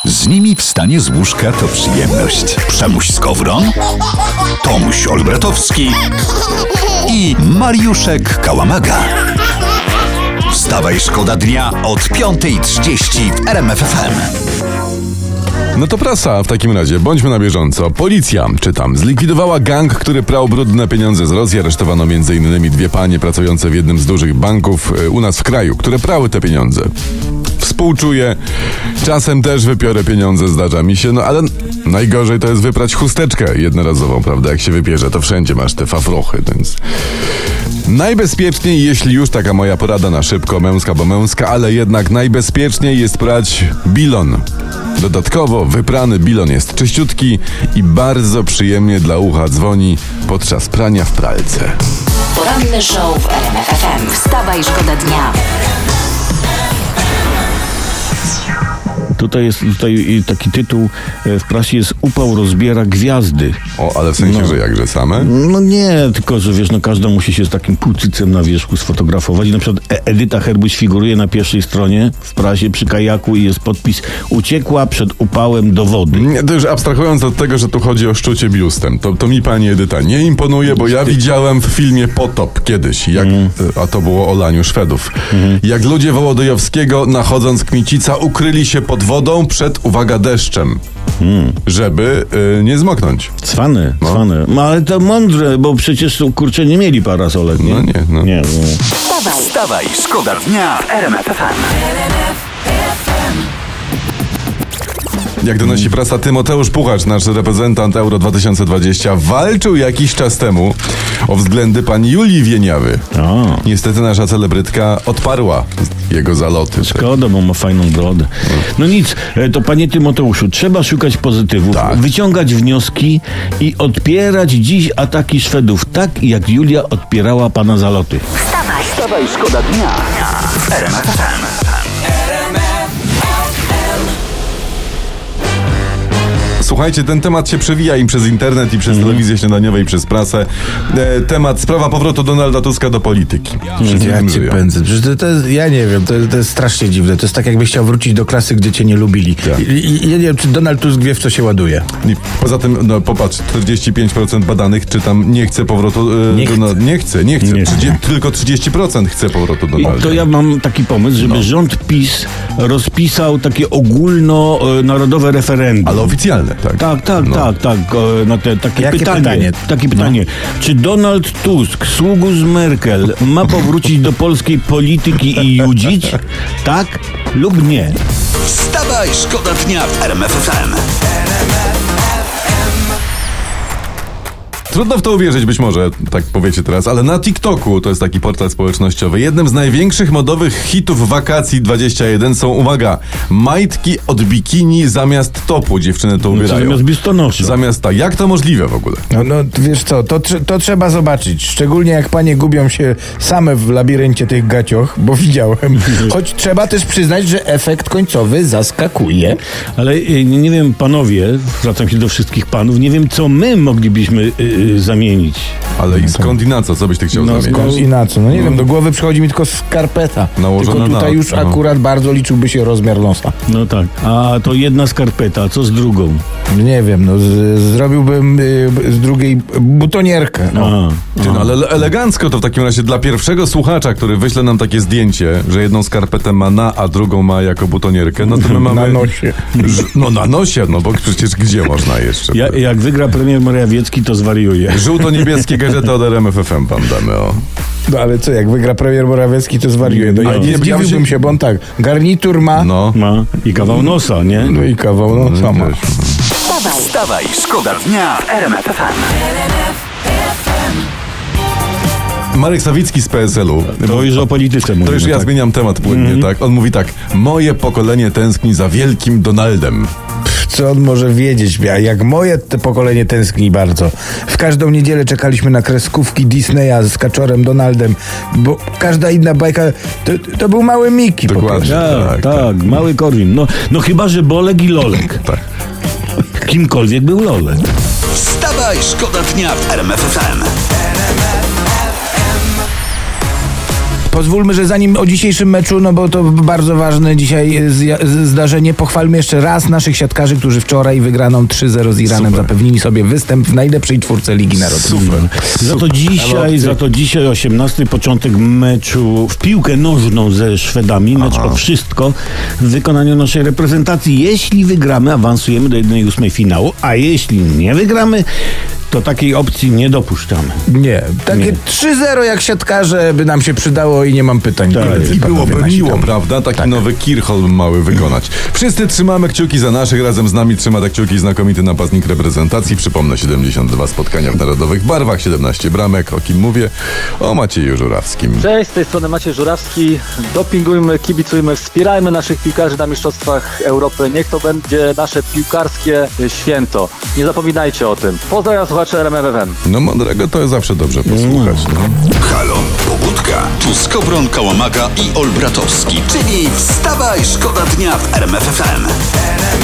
Z nimi wstanie z łóżka to przyjemność. Przemuś Skowron, Tomuś Olbratowski i Mariuszek Kałamaga. Wstawaj, szkoda dnia od 5:30 w RMF FM. No to prasa w takim razie, bądźmy na bieżąco. Policja, czytam, zlikwidowała gang, który prał brudne pieniądze z Rosji. Aresztowano m.in. dwie panie pracujące w jednym z dużych banków u nas w kraju, które prały te pieniądze. Współczuję, czasem też wypiorę pieniądze, zdarza mi się, no ale najgorzej to jest wyprać chusteczkę jednorazową, prawda? Jak się wybierze, to wszędzie masz te fafrochy, więc... Najbezpieczniej, jeśli już, taka moja porada na szybko, męska, bo męska, ale jednak najbezpieczniej jest prać bilon. Dodatkowo wyprany bilon jest czyściutki i bardzo przyjemnie dla ucha dzwoni podczas prania w pralce. Poranny show w RMF FM. Wstawaj, szkoda dnia. Tutaj jest taki tytuł w prasie jest Upał rozbiera gwiazdy. O, ale w sensie, że jakże same? No nie, tylko że wiesz, no każda musi się z takim półcycem na wierzchu sfotografować. I na przykład Edyta Herbuś figuruje na pierwszej stronie w prasie przy kajaku i jest podpis: uciekła przed upałem do wody. Nie, to już abstrahując od tego, że tu chodzi o szczucie biustem, to mi pani Edyta nie imponuje, bo ja widziałem w filmie Potop kiedyś, a to było o laniu Szwedów. Jak ludzie Wołodyjowskiego, nachodząc Kmicica, ukryli się pod wodą przed, uwaga, deszczem. Żeby nie zmoknąć. Cwane. No ale to mądre, bo przecież kurczę nie mieli parasolek, nie? No nie. Nie. Wstawaj, szkoda dnia w RMF FM. Jak donosi prasa, Tymoteusz Puchacz, nasz reprezentant Euro 2020, walczył jakiś czas temu o względy pani Julii Wieniawy. Niestety nasza celebrytka odparła jego zaloty. Szkoda, bo ma fajną brodę. No nic, to panie Tymoteuszu, trzeba szukać pozytywów, wyciągać wnioski i odpierać dziś ataki Szwedów, tak jak Julia odpierała pana zaloty. Wstawaj, szkoda dnia w RMF FM. Słuchajcie, ten temat się przewija im przez internet, i przez telewizję śniadaniową, i przez prasę. Sprawa powrotu Donalda Tuska do polityki. Ja cię pędzę. Przecież to jest, ja nie wiem, to jest strasznie dziwne. To jest tak, jakbyś chciał wrócić do klasy, gdzie cię nie lubili. I ja nie wiem, czy Donald Tusk wie, w co się ładuje. I poza tym, no popatrz, 45% badanych czytam, nie chce powrotu... Nie chce. Tylko 30% chce powrotu Donalda. To ja mam taki pomysł, żeby rząd PiS rozpisał takie ogólnonarodowe referendum. Ale oficjalne. Tak. Na takie pytanie. Takie pytanie. Czy Donald Tusk, sługu z Merkel, ma powrócić do polskiej polityki i judzić? Tak lub nie? Wstawaj, szkoda dnia w RMF FM. Trudno w to uwierzyć być może, tak powiecie teraz, ale na TikToku, to jest taki portal społecznościowy, jednym z największych modowych hitów wakacji 21 są, uwaga, majtki od bikini zamiast topu. Dziewczyny to ubierają. Zamiast biustonosza. Jak to możliwe w ogóle? No wiesz co, to trzeba zobaczyć. Szczególnie jak panie gubią się same w labiryncie tych gacioch, bo widziałem. Choć trzeba też przyznać, że efekt końcowy zaskakuje. Ale nie wiem, panowie, zwracam się do wszystkich panów, nie wiem, co my moglibyśmy zamienić. Ale i skąd i na co? Co byś ty chciał zamienić? Skąd i na co? No nie wiem, do głowy przychodzi mi tylko skarpeta. Nałożona tylko tutaj już akurat bardzo liczyłby się rozmiar nosa. No tak. A to jedna skarpeta, a co z drugą? Nie wiem, zrobiłbym z drugiej butonierkę. Ale elegancko to w takim razie dla pierwszego słuchacza, który wyśle nam takie zdjęcie, że jedną skarpetę ma a drugą ma jako butonierkę, no to my mamy... Na nosie. Na nosie, bo przecież gdzie można jeszcze? Jak wygra premier Morawiecki, to zwariuje. Żółto-niebieskie gazety od RMF FM wam damy, No ale co, jak wygra premier Morawiecki, to zwariuje. Nie zdziwiłbym się, bo on tak, garnitur ma. Ma i kawał nosa, nie? No i kawał nosa ma. Wstawaj, szkoda dnia w RMF FM. Marek Sawicki z PSL-u. To już o polityce mówimy. To już ja zmieniam temat płynnie, tak? On mówi tak: moje pokolenie tęskni za wielkim Donaldem. Co on może wiedzieć? Jak moje pokolenie tęskni bardzo. W każdą niedzielę czekaliśmy na kreskówki Disneya z Kaczorem Donaldem, bo każda inna bajka to był mały Mickey. Dokładnie. Tak, mały Korwin. No chyba, że Bolek i Lolek. Tak. Kimkolwiek był Lolek. Wstawaj, szkoda dnia w RMF FM. Pozwólmy, że zanim o dzisiejszym meczu, no bo to bardzo ważne dzisiaj zdarzenie, pochwalmy jeszcze raz naszych siatkarzy, którzy wczoraj wygraną 3-0 z Iranem zapewnili sobie występ w najlepszej czwórce Ligi Narodów. Super. Za to dzisiaj 18 początek meczu w piłkę nożną ze Szwedami. Mecz o wszystko w wykonaniu naszej reprezentacji. Jeśli wygramy, awansujemy do 1/8 finału, a jeśli nie wygramy, to takiej opcji nie dopuszczamy. Nie, takie 3-0 jak siatkarze by nam się przydało i nie mam pytań. I byłoby miło, prawda? Taki nowy Kirchhoff mały wykonać. Wszyscy trzymamy kciuki za naszych, razem z nami trzyma te kciuki znakomity napastnik reprezentacji. Przypomnę, 72 spotkania w narodowych barwach, 17 bramek. O kim mówię? O Macieju Żurawskim. Cześć, z tej strony Maciej Żurawski. Dopingujmy, kibicujmy, wspierajmy naszych piłkarzy na Mistrzostwach Europy. Niech to będzie nasze piłkarskie święto. Nie zapominajcie o tym. Pozdrawiam słuchacze RMF FM. No mądrego to jest zawsze dobrze posłuchać. No. Halo, pobudka. Tu Skowron, Kałamaga i Olbratowski, czyli wstawaj, szkoda dnia w RMF FM.